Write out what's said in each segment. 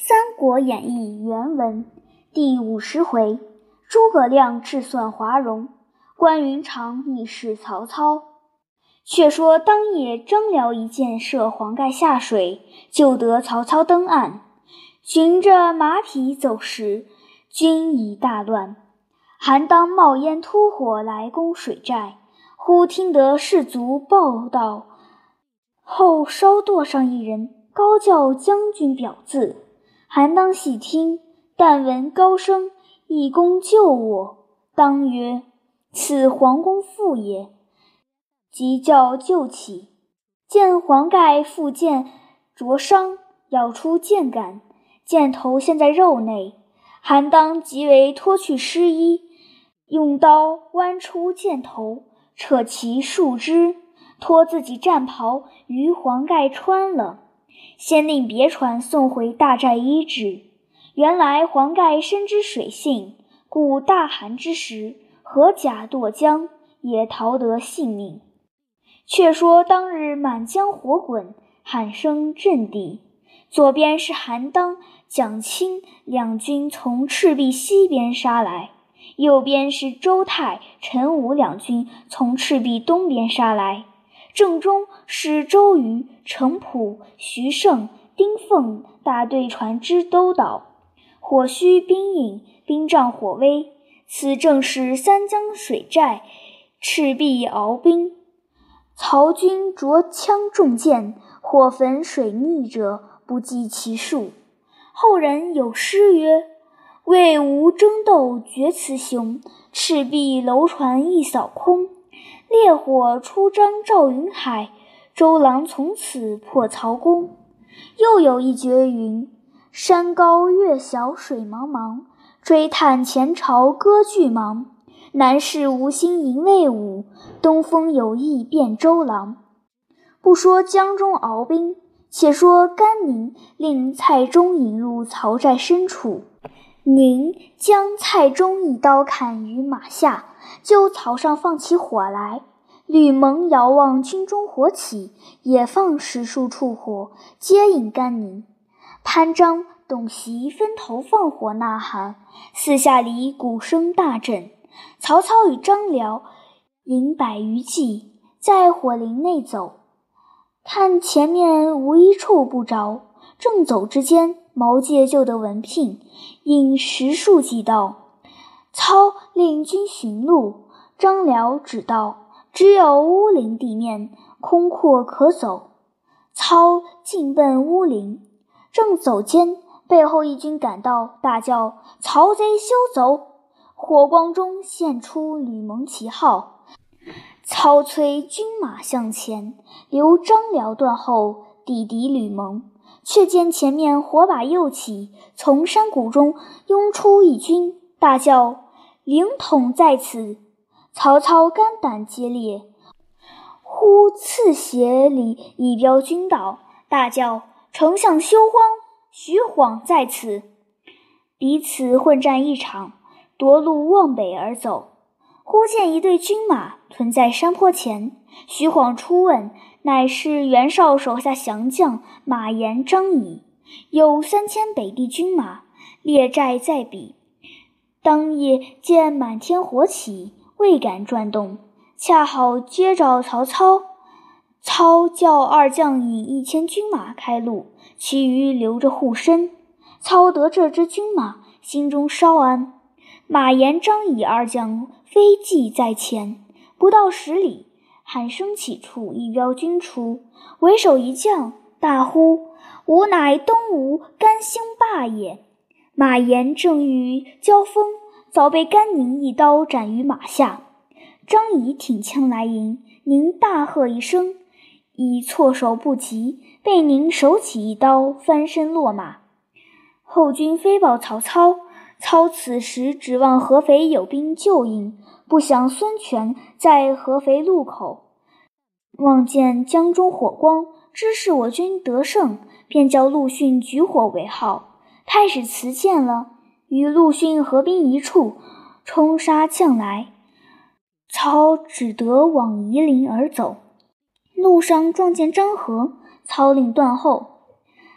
三国演义》原文第50回，诸葛亮智算华容，关云长义释曹操。却说当夜张辽一箭射黄盖下水，救得曹操登岸。循着马匹走时，军已大乱。韩当冒烟突火来攻水寨，忽听得士卒报道，后稍垛上一人高叫将军表字。韩当细听，但闻高声，义公救我，当曰：此黄公父也。即叫救起，见黄盖负箭灼伤，咬出箭杆，箭头陷在肉内。韩当即为脱去湿衣，用刀剜出箭头，扯其树枝，脱自己战袍与黄盖穿了，先令别船送回大寨医治。原来黄盖深知水性，故大寒之时，合甲堕江，也逃得性命。却说当日满江火滚，喊声震地，左边是韩当、蒋钦两军从赤壁西边杀来，右边是周泰、陈武两军从赤壁东边杀来，正中是周瑜、程普、徐盛、丁奉大队船只都倒，火须兵引，兵仗火威。此正是三江水寨，赤壁鏖兵。曹军着枪中箭，火焚水逆者不计其数。后人有诗曰：魏吴争斗决雌雄，赤壁楼船一扫空。烈火出张赵云海，周郎从此破曹公。又有一绝云：山高月小水茫茫，追探前朝割据忙。南市无心迎魏武，东风有意变周郎。不说江中鏖兵，且说甘宁令蔡中引入曹寨深处，宁将蔡中一刀砍于马下，就草上放起火来。吕蒙遥望军中火起，也放10数处火，接应甘宁。潘璋、董袭分头放火呐喊，四下里鼓声大震。曹操与张辽引100余骑，在火林内走，看前面无一处不着，正走之间，毛玠就得闻聘，引10数骑到。操令军寻路，张辽指道：只有乌林地面，空阔可走。操进奔乌林，正走间，背后一军赶到，大叫：曹贼休走！火光中现出吕蒙旗号。操催军马向前，留张辽断后，抵敌吕蒙。却见前面火把又起，从山谷中拥出一军，大叫：凌统在此！曹操肝胆皆裂，忽刺斜里一彪军到，大叫：丞相休慌，徐晃在此！彼此混战一场，夺路往北而走。忽见一队军马屯在山坡前，徐晃出问，乃是袁绍手下降将马延、张仪，有3000北地军马，列寨在彼。当夜见满天火起，未敢转动，恰好接着曹操。操叫2将引1000军马开路，其余留着护身。操得这支军马，心中稍安。马延、张仪2将飞骑在前，不到10里，喊声起处，一彪军出，为首一将大呼：吾乃东吴甘兴霸也！马延正欲交锋，早被甘宁一刀斩于马下。张仪挺枪来迎，宁大喝一声，已措手不及，被宁手起一刀，翻身落马。后军飞报曹操，操此时指望合肥有兵救应，不想孙权在合肥路口，望见江中火光，知是我军得胜，便叫陆逊举火为号，开始辞剑了，与陆逊合兵一处，冲杀将来。操只得往夷陵而走，路上撞见张合，操令断后。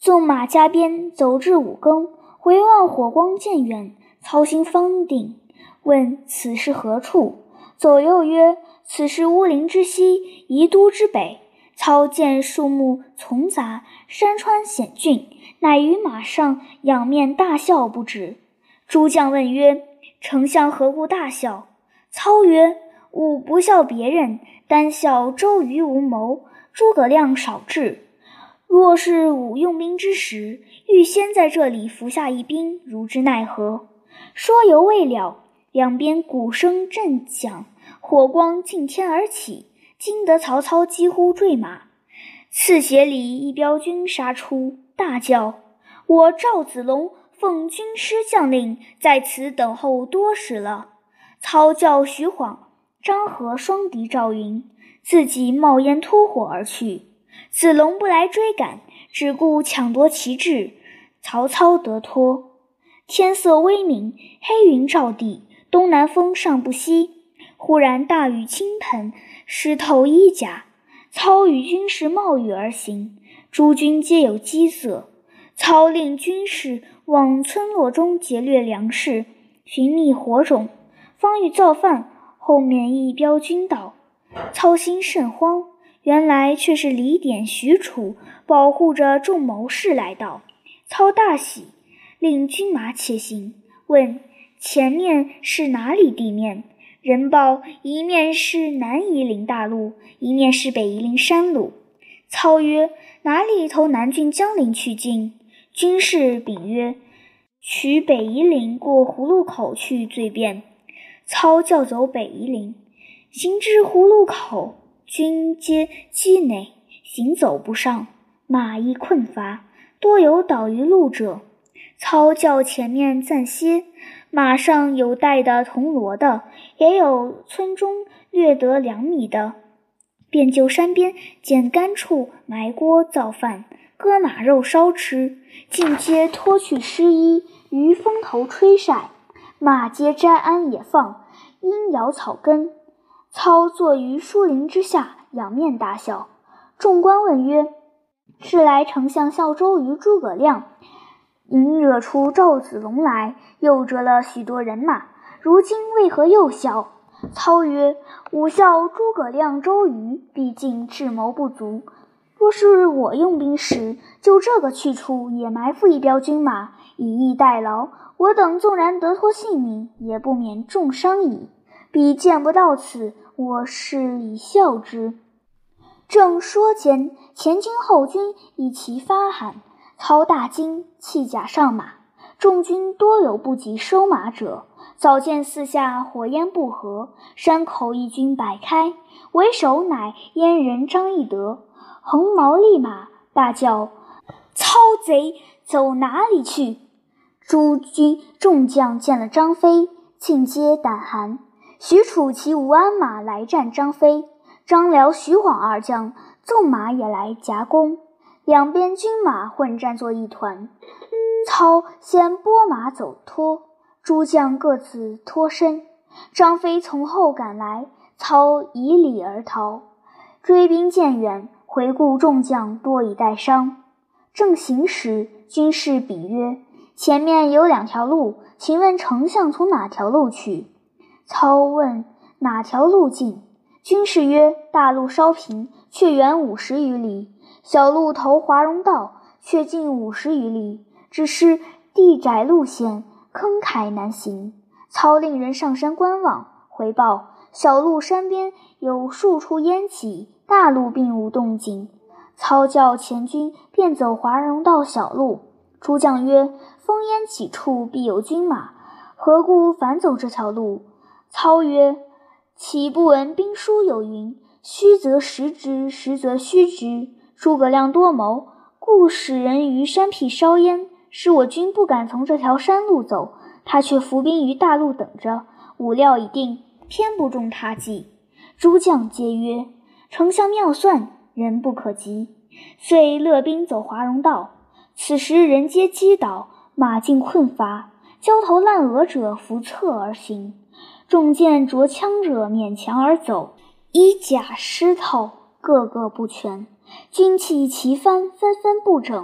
纵马加鞭，走至五更，回望火光渐远，操心方定，问此是何处？左右曰：此是乌林之西，宜都之北。操见树木丛杂，山川险峻，乃于马上仰面大笑不止。诸将问曰：丞相何故大笑？操曰：吾不笑别人，单笑周瑜无谋，诸葛亮少智。若是吾用兵之时，预先在这里伏下一兵，如之奈何？说犹未了，两边鼓声震响，火光尽天而起，惊得曹操几乎坠马。刺斜里一彪军杀出，大叫：我赵子龙奉军师将令，在此等候多时了。操叫徐晃、张合双敌赵云，自己冒烟突火而去。子龙不来追赶，只顾抢夺旗帜，曹操得脱。天色微明，黑云罩地，东南风尚不息。忽然大雨倾盆，湿透衣甲。操与军士冒雨而行，诸军皆有饥色。操令军士往村落中劫掠粮食，寻觅火种，方欲造饭，后面一彪军到。操心甚慌，原来却是李典、许褚保护着众谋士来到。操大喜，令军马且行，问前面是哪里地面？人报一面是南夷陵大路，一面是北夷陵山路。操曰：哪里投南郡江陵去进？军士禀曰：取北夷陵过葫芦口去最便。操叫走北夷陵，行至葫芦口，军皆积馁，行走不上，马亦困乏，多有倒于路者。操叫前面暂歇，马上有带的铜锣的，也有村中略得2米的，便就山边捡干处埋锅造饭，割马肉烧吃，尽皆脱去湿衣，于风头吹晒，马皆摘鞍也放，因摇草根。操坐于树林之下，仰面大笑。众官问曰：是来丞相效周瑜、诸葛亮，引惹出赵子龙来，又折了许多人马，如今为何又笑？操曰：吾笑诸葛亮、周瑜，毕竟智谋不足。若是我用兵时，就这个去处也埋伏一彪军马，以逸待劳，我等纵然得脱性命，也不免重伤矣。彼见不到此，我是以笑之。正说间，前军后军一齐发喊。操大惊，弃甲上马。众军多有不及收马者，早见四下火焰不和，山口一军摆开，为首乃燕人张翼德，横矛立马，大叫：操贼，走哪里去？诸军众将见了张飞，尽皆胆寒。许褚骑吴鞍马来战张飞，张辽、徐晃二将纵马也来夹攻。两边军马混战作一团，操先拨马走脱，诸将各自脱身。张飞从后赶来，操以礼而逃。追兵渐远，回顾众将多已带伤。正行时，军士比曰：前面有2条路，请问丞相从哪条路去？操问哪条路近？军士曰：大路稍平，却远50余里；小路投华容道，却近50余里。只是地窄路险，坑坎难行。操令人上山观望，回报小路山边有数处烟起，大路并无动静。操叫前军便走华容道小路。诸将曰：烽烟起处必有军马，何故反走这条路？操曰：岂不闻兵书有云：虚则实之，实则虚之。诸葛亮多谋，故使人于山僻烧烟，使我军不敢从这条山路走，他却伏兵于大路等着，吾料已定，偏不中他计。诸将皆曰：丞相妙算，人不可及。遂勒兵走华容道。此时人皆击倒，马尽困乏，焦头烂额者扶侧而行，中箭着枪者勉强而走，衣甲湿透，个个不全，军器齐翻，纷纷不整。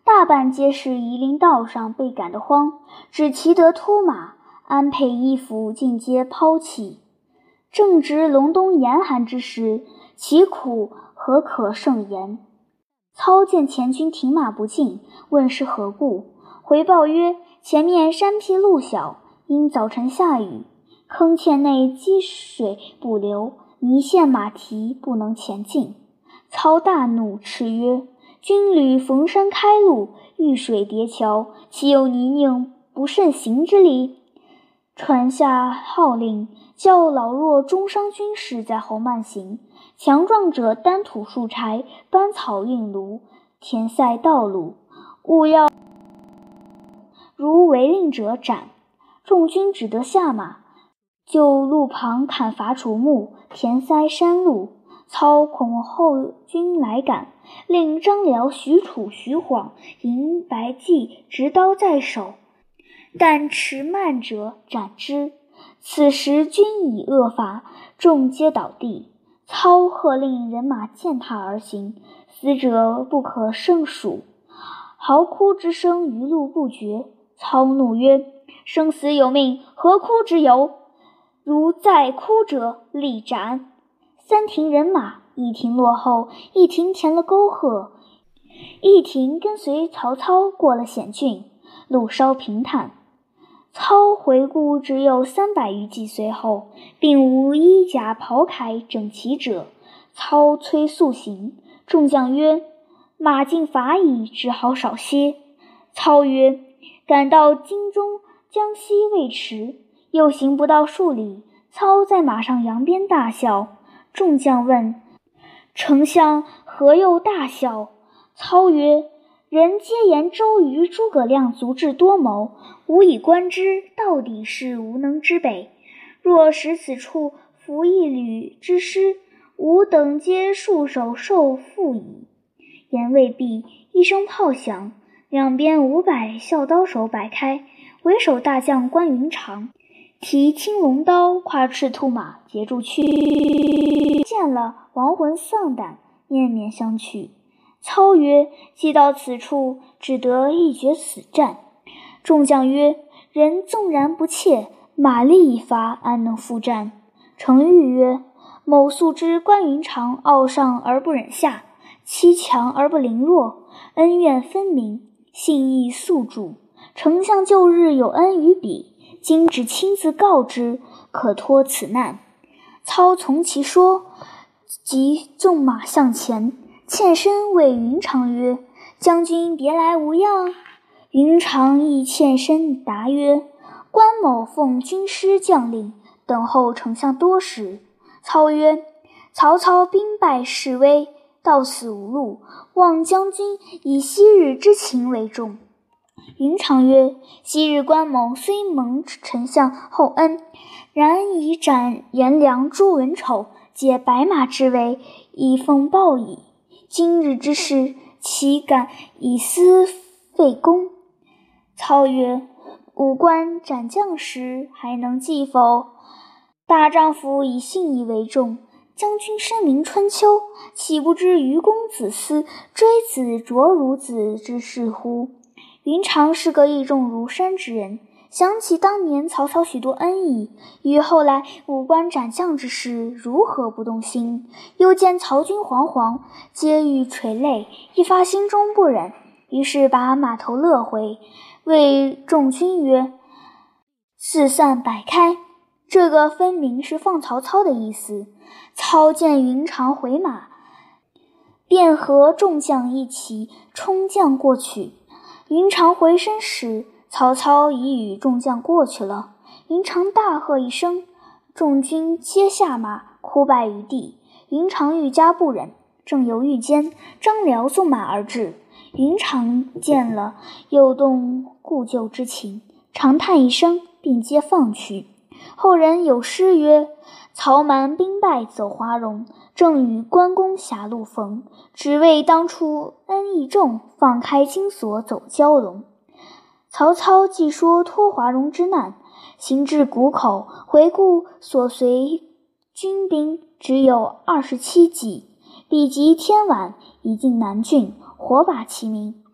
大半皆是夷陵道上被赶得慌，只骑得秃马，安配衣服尽皆抛弃。正值隆冬严寒之时，其苦何可胜言？操见前军停马不进，问是何故，回报曰：前面山僻路小，因早晨下雨，坑堑内积水不流，泥陷马蹄，不能前进。操大怒，斥曰：军旅逢山开路，遇水叠桥，岂有泥泞不慎行之理？传下号令，叫老弱中伤军士在后慢行，强壮者担土树柴，搬草运炉，填塞道路，勿要如违令者斩。众军只得下马，就路旁砍伐竹木，填塞山路。操恐后军来赶，令张辽、许褚、徐晃、迎白济执刀在手，但迟慢者斩之。此时军已恶伐，众皆倒地。操喝令人马践踏而行，死者不可胜数，嚎哭之声余路不绝。操怒曰：生死有命，何哭之有？如再哭者，立斩。三庭人马，一庭落后，一庭填了沟壑，一庭跟随曹操过了险峻，路稍平坦。操回顾只有300余骑随后，并无衣甲袍铠整齐者。操催速行，众将曰：马尽乏矣，只好少些。操曰：赶到荆中江西未迟。又行不到数里，操在马上扬鞭大笑。众将问：丞相何又大笑？操曰：人皆言周瑜、诸葛亮足智多谋，吾以观之，到底是无能之辈。若使此处伏一旅之师，吾等皆束手受缚矣。言未毕，一声炮响，两边500校刀手摆开，为首大将关云长提青龙刀，跨赤兔马，截住去，见了亡魂丧胆，面面相觑。操曰：既到此处，只得一决死战。众将曰：人纵然不怯，马力一发，安能复战？程昱曰：某素知关云长傲上而不忍下，欺强而不凌弱，恩怨分明，信义素著。丞相旧日有恩于彼，今只亲自告之，可脱此难。操从其说，即纵马向前，欠身谓云长曰：将军别来无恙？云长亦欠身答曰：关某奉军师将令，等候丞相多时。操曰：曹操兵败势危，到此无路，望将军以昔日之情为重。云长曰：昔日关某虽蒙丞相厚恩，然以斩颜良、诛文丑，解白马之围，以奉报矣。今日之事，岂敢以私废公？操曰：吾关斩将时，还能记否？大丈夫以信义为重，将军深明春秋，岂不知愚公子思追子卓孺子之事乎？云长是个义重如山之人，想起当年曹操许多恩义，与后来五关斩将之事，如何不动心？又见曹军惶惶，皆欲垂泪，一发心中不忍，于是把马头勒回，谓众军曰：四散摆开。这个分明是放曹操的意思。操见云长回马，便和众将一起冲将过去。云长回身时，曹操已与众将过去了。云长大喝一声，众军皆下马，哭拜于地。云长愈加不忍，正犹豫间，张辽纵马而至。云长见了，又动故旧之情，长叹一声，并皆放去。后人有诗曰：曹瞒兵败走华容，正与关公狭路逢。只为当初恩义重，放开金锁走蛟龙。曹操既说脱华容之难，行至谷口，回顾所随军兵只有27骑，比及天晚，已进南郡，火把齐鸣。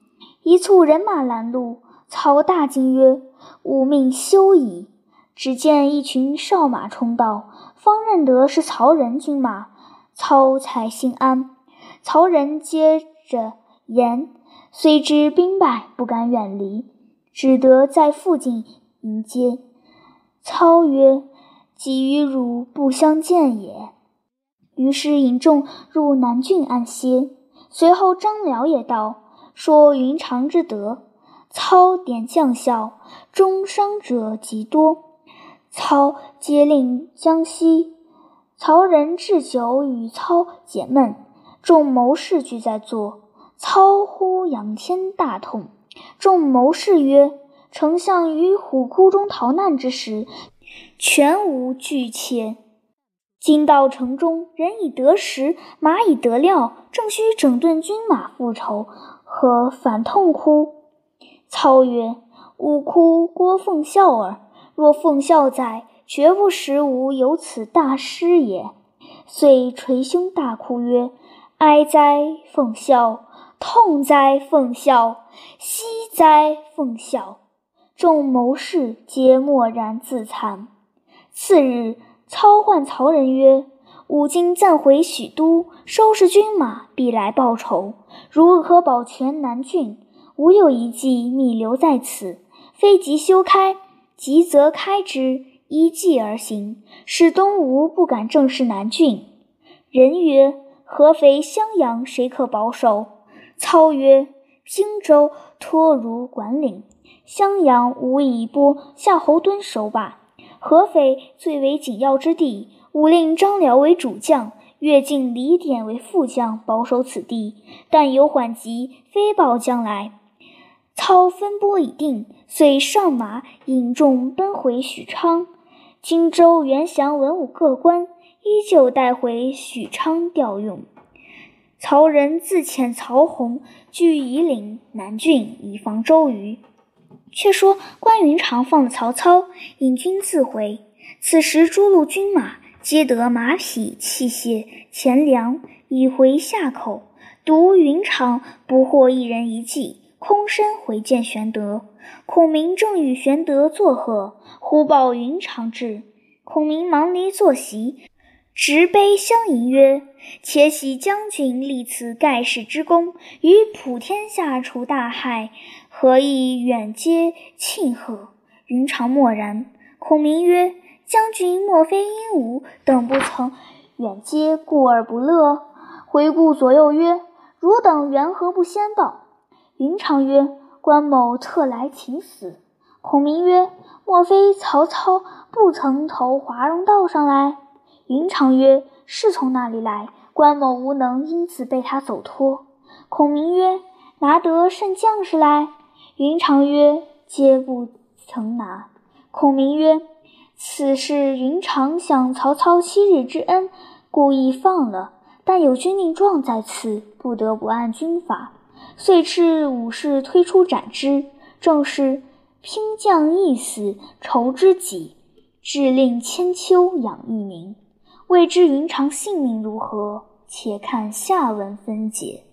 一簇人马拦路，操大惊曰：“吾命休矣！”只见一群哨马冲到，方认得是曹仁军马，操才心安。曹仁接着言，虽知兵败，不敢远离，只得在附近迎接。操曰：“己与汝不相见也。”于是引众入南郡安歇。随后张辽也到，说云长之德。操点将校，中伤者极多。操皆令将息。曹仁置酒与操解闷，众谋士俱在座。操呼仰天大痛。众谋士曰：“丞相于虎窟中逃难之时，全无惧怯。今到城中，人已得食，马已得料，正需整顿军马复仇，何反痛乎？”操曰：“吾哭郭奉孝耳，若奉孝在，绝不使吾有此大失也。”遂捶胸大哭曰：“哀哉奉孝！痛哉奉孝！惜哉奉孝！”众谋士皆默然自惭。次日，操唤曹仁曰：“吾今暂回许都，收拾军马，必来报仇。如可保全南郡，吾有一计密留在此，非急修开，急则开之，依计而行，使东吴不敢正视南郡。”人曰：“合肥、襄阳，谁可保守？”操曰：“荆州托汝管领，襄阳吾以拨夏侯惇守把。合肥最为紧要之地，吾令张辽为主将，乐进、李典为副将，保守此地。但有缓急，飞报将来。”操分拨已定，遂上马引众奔回许昌。荆州、袁祥、文武各官依旧带回许昌调用。曹仁自遣曹洪据夷陵、南郡，以防周瑜。却说关云长放了曹操，引军自回。此时诸路军马皆得马匹、器械、钱粮，已回夏口。独云长不获一人一骑，空身回见玄德。孔明正与玄德作贺，忽报云长至。孔明忙离坐席，执杯相迎曰：“且喜将军立此盖世之功，于普天下除大害，何以远接庆贺？”云长默然。孔明曰：“将军莫非因吾等不曾远接，故而不乐？”回顾左右曰：“汝等缘何不先报？”云长曰：“关某特来请死。”孔明曰：“莫非曹操不曾投华容道上来？”云长曰：“是从那里来？关某无能因此被他走脱。”孔明曰：“拿得甚将士来？”云长曰：“皆不曾拿。”孔明曰：“此事云长向曹操7日之恩，故意放了，但有军令状在此，不得不按军法。”遂斥武士推出斩之，正是拼将一死，仇之己，致令千秋养一名。未知云长性命如何，且看下文分解。